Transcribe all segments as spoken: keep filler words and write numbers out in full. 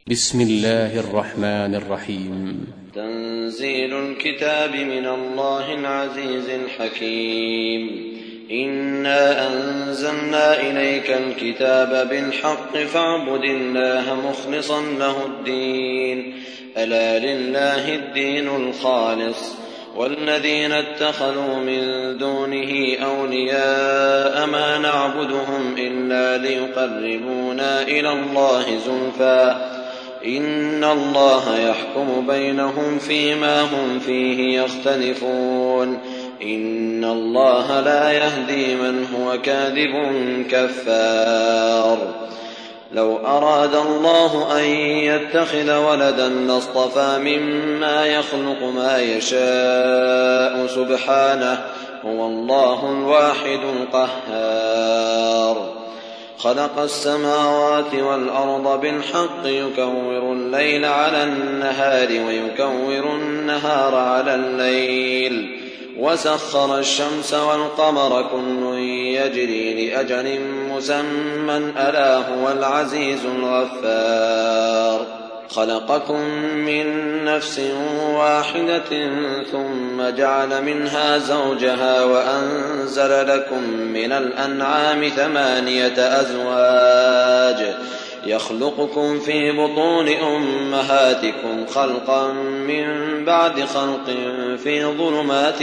بسم الله الرحمن الرحيم. تنزيل الكتاب من الله العزيز الحكيم. إنا أنزلنا إليك الكتاب بالحق فاعبد الله مخلصا له الدين ألا لله الدين الخالص والذين اتخذوا من دونه أولياء ما نعبدهم إلا ليقربونا إلى الله زلفى إن الله يحكم بينهم فيما هم فيه يختلفون إن الله لا يهدي من هو كاذب كفار. لو أراد الله أن يتخذ ولدا لاصطفى مما يخلق ما يشاء سبحانه هو الله الواحد القهار. خلق السماوات والأرض بالحق يكور الليل على النهار ويكور النهار على الليل وسخر الشمس والقمر كل يجري لأجل مسمى ألا هو العزيز الغفار. خلقكم من نفس واحدة ثم جعل منها زوجها وأنزل لكم من الأنعام ثمانية أزواج يخلقكم في بطون أمهاتكم خلقا من بعد خلق في ظلمات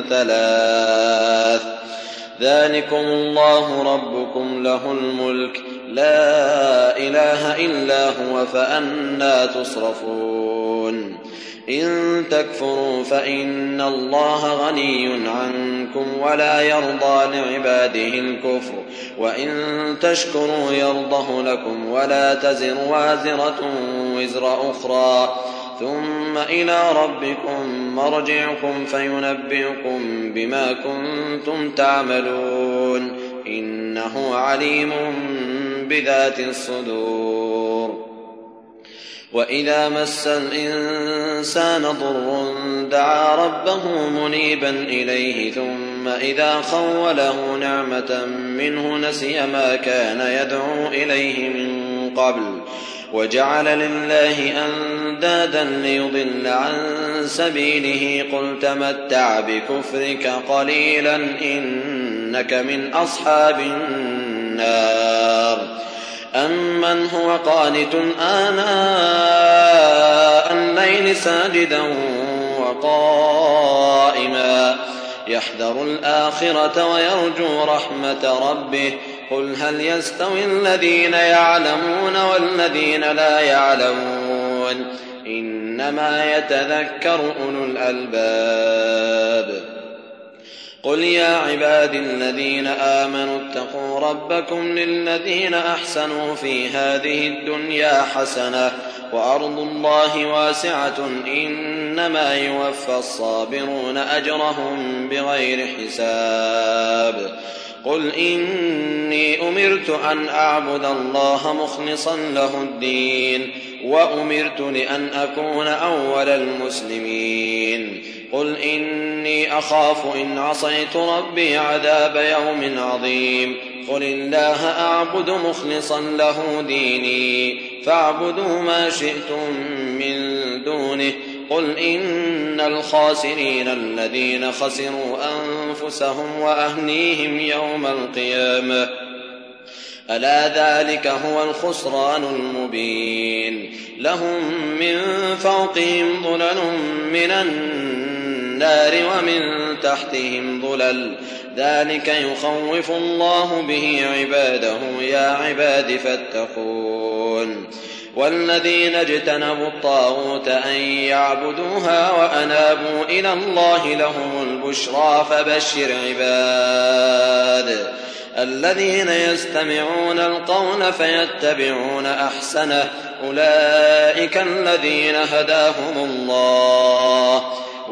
ثلاث ذلكم الله ربكم له الملك لا إله إلا هو فأنى تصرفون. إن تكفروا فإن الله غني عنكم ولا يرضى لعباده الكفر وإن تشكروا يرضه لكم ولا تزر وازرة وزر أخرى ثم إلى ربكم مرجعكم فينبئكم بما كنتم تعملون إنه عليم بذات الصدور. وإذا مس الإنسان ضر دعا ربه منيبا إليه ثم إذا خوله نعمة منه نسي ما كان يدعو إليه من قبل وجعل لله أندادا ليضل عن سبيله قل تمتع بكفرك قليلا إنك من أصحاب النار. أمن هو قانت آناء الليل ساجدا وقائما يحذر الآخرة ويرجو رحمة ربه قل هل يستوي الذين يعلمون والذين لا يعلمون إنما يتذكر أولو الألباب. قل يا عبادي الذين آمنوا اتقوا ربكم للذين أحسنوا في هذه الدنيا حسنة وأرض الله واسعة إنما يوفى الصابرون أجرهم بغير حساب. قل إني أمرت أن أعبد الله مخلصا له الدين وأمرت لأن أكون أول المسلمين. قل إني أخاف إن عصيت ربي عذاب يوم عظيم. قل الله أعبد مخلصا له ديني فاعبدوا ما شئتم من دونه. قل إن الخاسرين الذين خسروا أنفسهم وأهليهم يوم القيامة ألا ذلك هو الخسران المبين. لهم من فوقهم ظلل من النار ومن تحتهم ظلل ذلك يخوف الله به عباده يا عباد فاتقون. والذين اجتنبوا الطاغوت أن يعبدوها وأنابوا إلى الله لهم البشرى فبشر عباد الذين يستمعون القول فيتبعون أحسنه أولئك الذين هداهم الله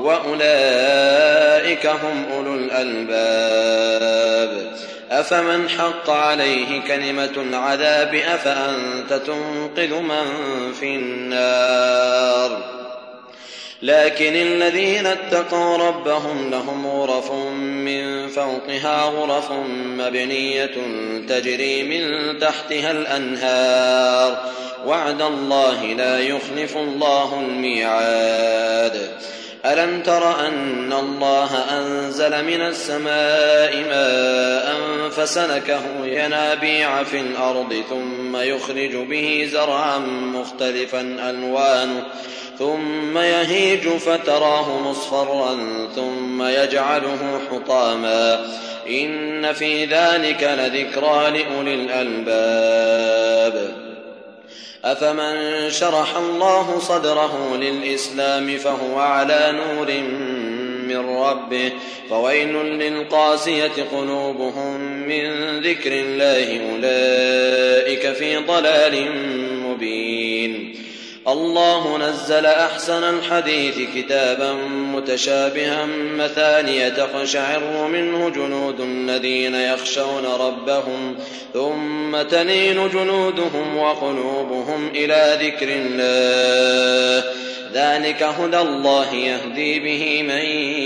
وأولئك هم أولو الألباب. أفمن حق عليه كلمة العذاب أفأنت تنقذ من في النار لكن الذين اتقوا ربهم لهم غرف من فوقها غرف مبنية تجري من تحتها الأنهار وعد الله لا يخلف الله الميعاد. ألم تر أن الله أنزل من السماء ماء فسلكه ينابيع في الأرض ثم يخرج به زرعا مختلفا ألوانه ثم يهيج فتراه مصفرا ثم يجعله حطاما إن في ذلك لذكرى لأولي الألباب. أفمن شرح الله صدره للإسلام فهو على نور من ربه فويل للقاسية قلوبهم من ذكر الله أولئك في ضلال مبين. الله نزل أحسن الحديث كتابا متشابها مثانية تقشعر منه جلود الذين يخشون ربهم ثم تلين جلودهم وقلوبهم إلى ذكر الله ذلك هدى الله يهدي به من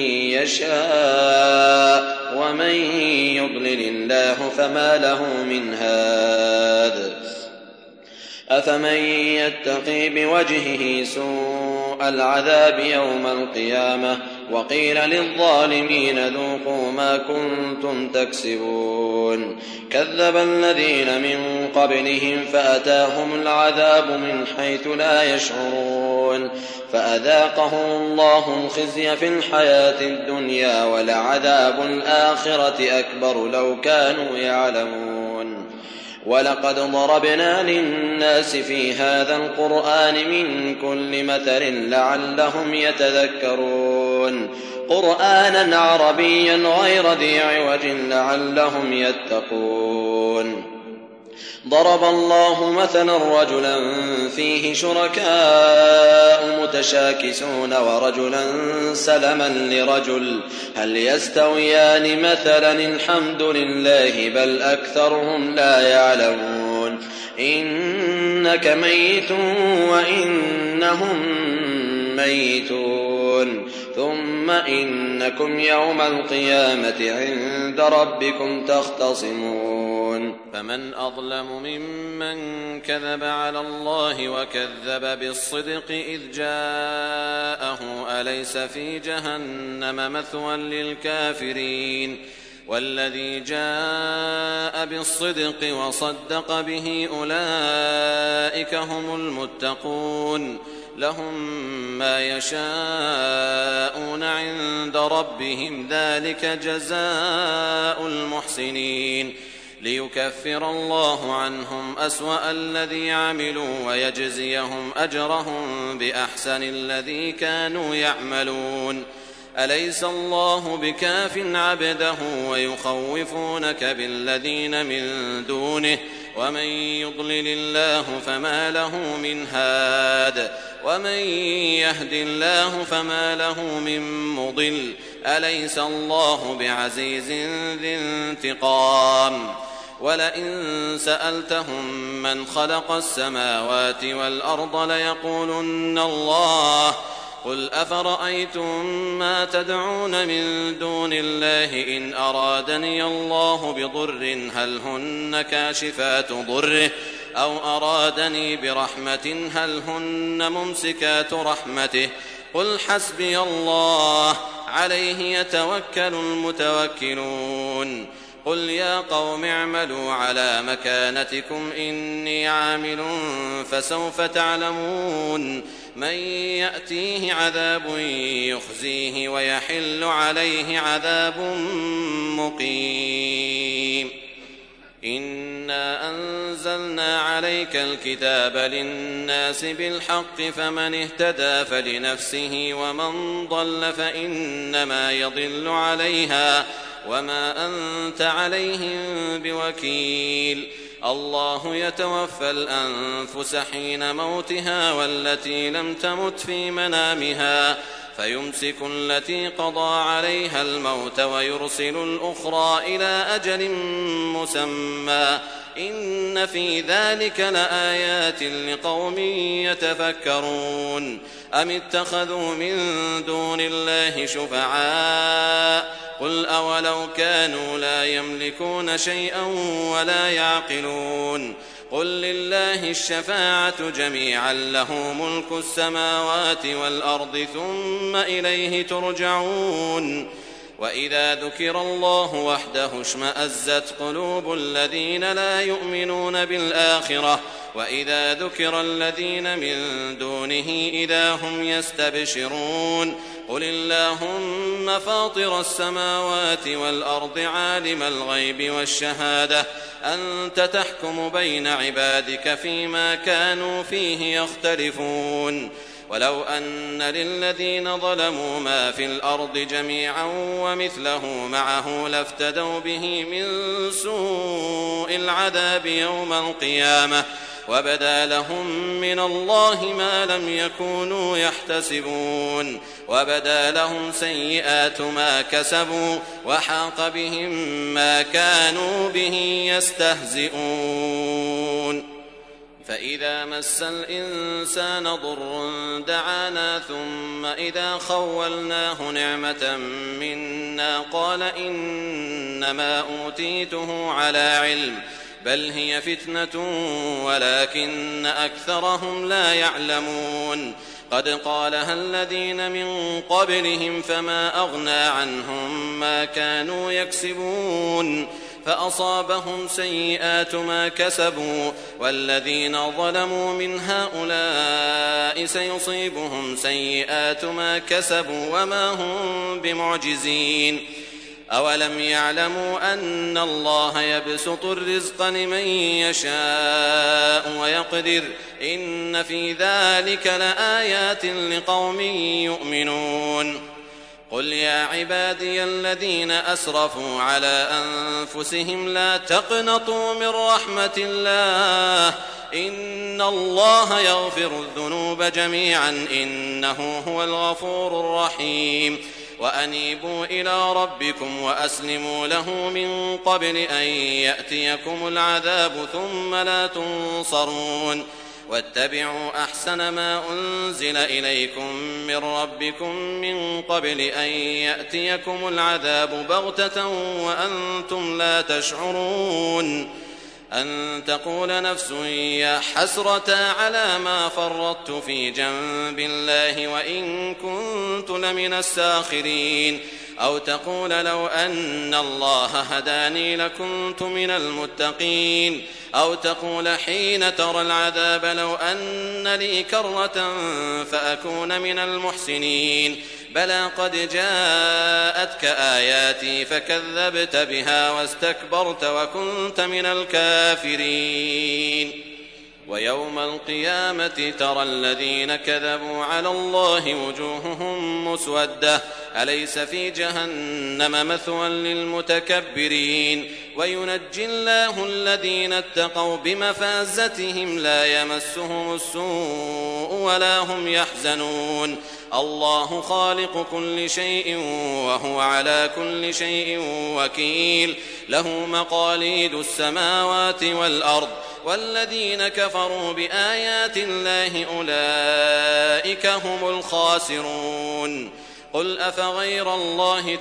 يشاء ومن يضلل الله فما له من هاد. أفمن يتقي بوجهه سوء العذاب يوم القيامة وقيل للظالمين ذوقوا ما كنتم تكسبون. كذب الذين من قبلهم فأتاهم العذاب من حيث لا يشعرون فأذاقهم الله الخزي في الحياة الدنيا ولعذاب الآخرة أكبر لو كانوا يعلمون. ولقد ضربنا للناس في هذا القرآن من كل مثل لعلهم يتذكرون قرآنا عربيا غير ذي عوج لعلهم يتقون. ضرب الله مثلا رجلا فيه شركاء متشاكسون ورجلا سلما لرجل هل يستويان مثلا الحمد لله بل أكثرهم لا يعلمون. إنك ميت وإنهم ميتون ثم إنكم يوم القيامة عند ربكم تختصمون. فمن أظلم ممن كذب على الله وكذب بالصدق إذ جاءه أليس في جهنم مثوى للكافرين والذي جاء بالصدق وصدق به أولئك هم المتقون لهم ما يشاءون عند ربهم ذلك جزاء المحسنين ليكفر الله عنهم أسوأ الذي عملوا ويجزيهم أجرهم بأحسن الذي كانوا يعملون. أليس الله بكاف عبده ويخوفونك بالذين من دونه ومن يضلل الله فما له من هاد ومن يهد الله فما له من مضل. أليس الله بعزيز ذي انتقام. ولئن سألتهم من خلق السماوات والأرض ليقولن الله قل أفرأيتم ما تدعون من دون الله إن أرادني الله بضر هل هن كاشفات ضره أو أرادني برحمة هل هن ممسكات رحمته قل حسبي الله عليه يتوكل المتوكلون. قل يا قوم اعملوا على مكانتكم إني عامل فسوف تعلمون من يأتيه عذاب يخزيه ويحل عليه عذاب مقيم. إنا أنزلنا عليك الكتاب للناس بالحق فمن اهتدى فلنفسه ومن ضل فإنما يضل عليها وما أنت عليهم بوكيل. الله يتوفى الأنفس حين موتها والتي لم تمت في منامها فيمسك التي قضى عليها الموت ويرسل الأخرى إلى أجل مسمى إن في ذلك لآيات لقوم يتفكرون أم اتخذوا من دون الله شفعاء قل أولو كانوا لا يملكون شيئا ولا يعقلون قل لله الشفاعة جميعا له ملك السماوات والأرض ثم إليه ترجعون وإذا ذكر الله وحده اشمأزت قلوب الذين لا يؤمنون بالآخرة وإذا ذكر الذين من دونه إذا هم يستبشرون قل اللهم فاطر السماوات والأرض عالم الغيب والشهادة أنت تحكم بين عبادك فيما كانوا فيه يختلفون ولو أن للذين ظلموا ما في الأرض جميعا ومثله معه لافتدوا به من سوء العذاب يوم القيامة وبدا لهم من الله ما لم يكونوا يحتسبون وبدا لهم سيئات ما كسبوا وحاق بهم ما كانوا به يستهزئون فإذا مس الإنسان ضر دعانا ثم إذا خولناه نعمة منا قال إنما أوتيته على علم بل هي فتنة ولكن أكثرهم لا يعلمون قد قالها الذين من قبلهم فما أغنى عنهم ما كانوا يكسبون فأصابهم سيئات ما كسبوا والذين ظلموا من هؤلاء سيصيبهم سيئات ما كسبوا وما هم بمعجزين أولم يعلموا أن الله يبسط الرزق لمن يشاء ويقدر إن في ذلك لآيات لقوم يؤمنون قل يا عبادي الذين أسرفوا على أنفسهم لا تقنطوا من رحمة الله إن الله يغفر الذنوب جميعا إنه هو الغفور الرحيم وأنيبوا إلى ربكم وأسلموا له من قبل أن يأتيكم العذاب ثم لا تنصرون واتبعوا أحسن ما أنزل إليكم من ربكم من قبل أن يأتيكم العذاب بغتة وأنتم لا تشعرون أن تقول نفس يا حسرة على ما فرطت في جنب الله وإن كنت لمن الساخرين أو تقول لو أن الله هداني لكنت من المتقين أو تقول حين ترى العذاب لو أن لي كرة فأكون من المحسنين بلى قد جاءتك آياتي فكذبت بها واستكبرت وكنت من الكافرين ويوم القيامة ترى الذين كذبوا على الله وجوههم مسودة أليس في جهنم مثوى للمتكبرين وينجي الله الذين اتقوا بمفازتهم لا يمسهم السوء ولا هم يحزنون الله خالق كل شيء وهو على كل شيء وكيل له مقاليد السماوات والأرض والذين كفروا بآيات الله أولئك هم الخاسرون قل أفغير الله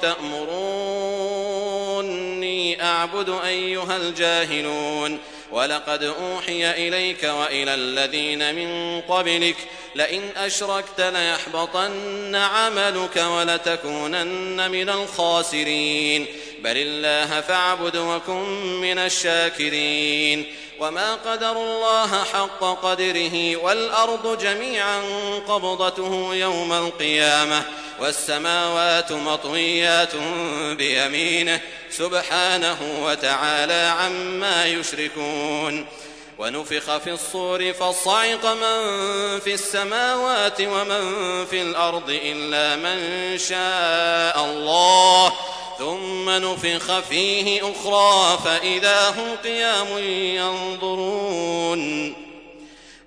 تأمروني أعبد أيها الجاهلون ولقد أوحي إليك وإلى الذين من قبلك لئن أشركت ليحبطن عملك ولتكونن من الخاسرين بل الله فاعبد وكن من الشاكرين وما قدر الله حق قدره والأرض جميعا قبضته يوم القيامة والسماوات مطويات بيمينه سبحانه وتعالى عما يشركون ونفخ في الصور فصعق من في السماوات ومن في الأرض إلا من شاء الله ثم نفخ فيه أخرى فإذا هم قيام ينظرون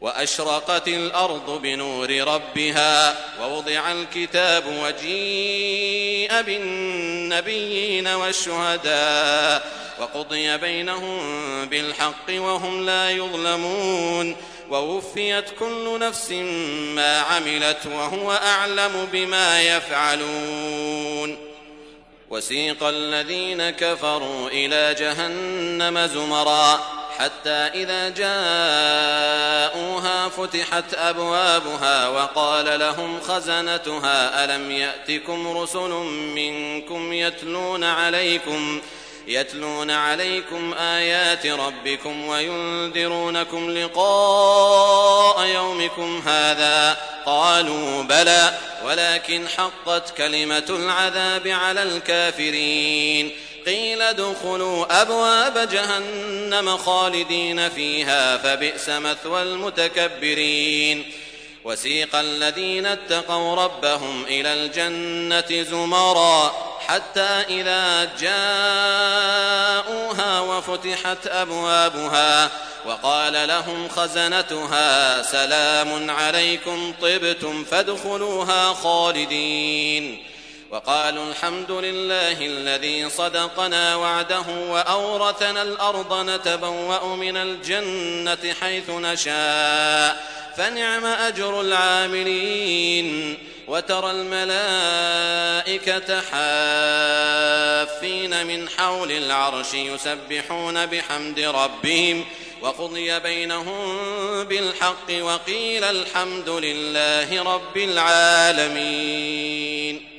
وأشرقت الأرض بنور ربها ووضع الكتاب وجيء بالنبيين والشهداء وقضي بينهم بالحق وهم لا يظلمون ووفيت كل نفس ما عملت وهو أعلم بما يفعلون. وسيق الذين كفروا إلى جهنم زمرا حتى إذا جاءوها فتحت أبوابها وقال لهم خزنتها ألم يأتكم رسل منكم يتلون عليكم يتلون عليكم آيات ربكم وينذرونكم لقاء يومكم هذا قالوا بلى ولكن حقت كلمة العذاب على الكافرين قيل ادخلوا أبواب جهنم خالدين فيها فبئس مثوى المتكبرين. وسيق الذين اتقوا ربهم إلى الجنة زمرا حتى إذا جاءوها وفتحت أبوابها وقال لهم خزنتها سلام عليكم طبتم فادخلوها خالدين وقالوا الحمد لله الذي صدقنا وعده وأورثنا الأرض نتبوأ من الجنة حيث نشاء فنعم أجر العاملين. وترى الملائكة حافين من حول العرش يسبحون بحمد ربهم وقضي بينهم بالحق وقيل الحمد لله رب العالمين.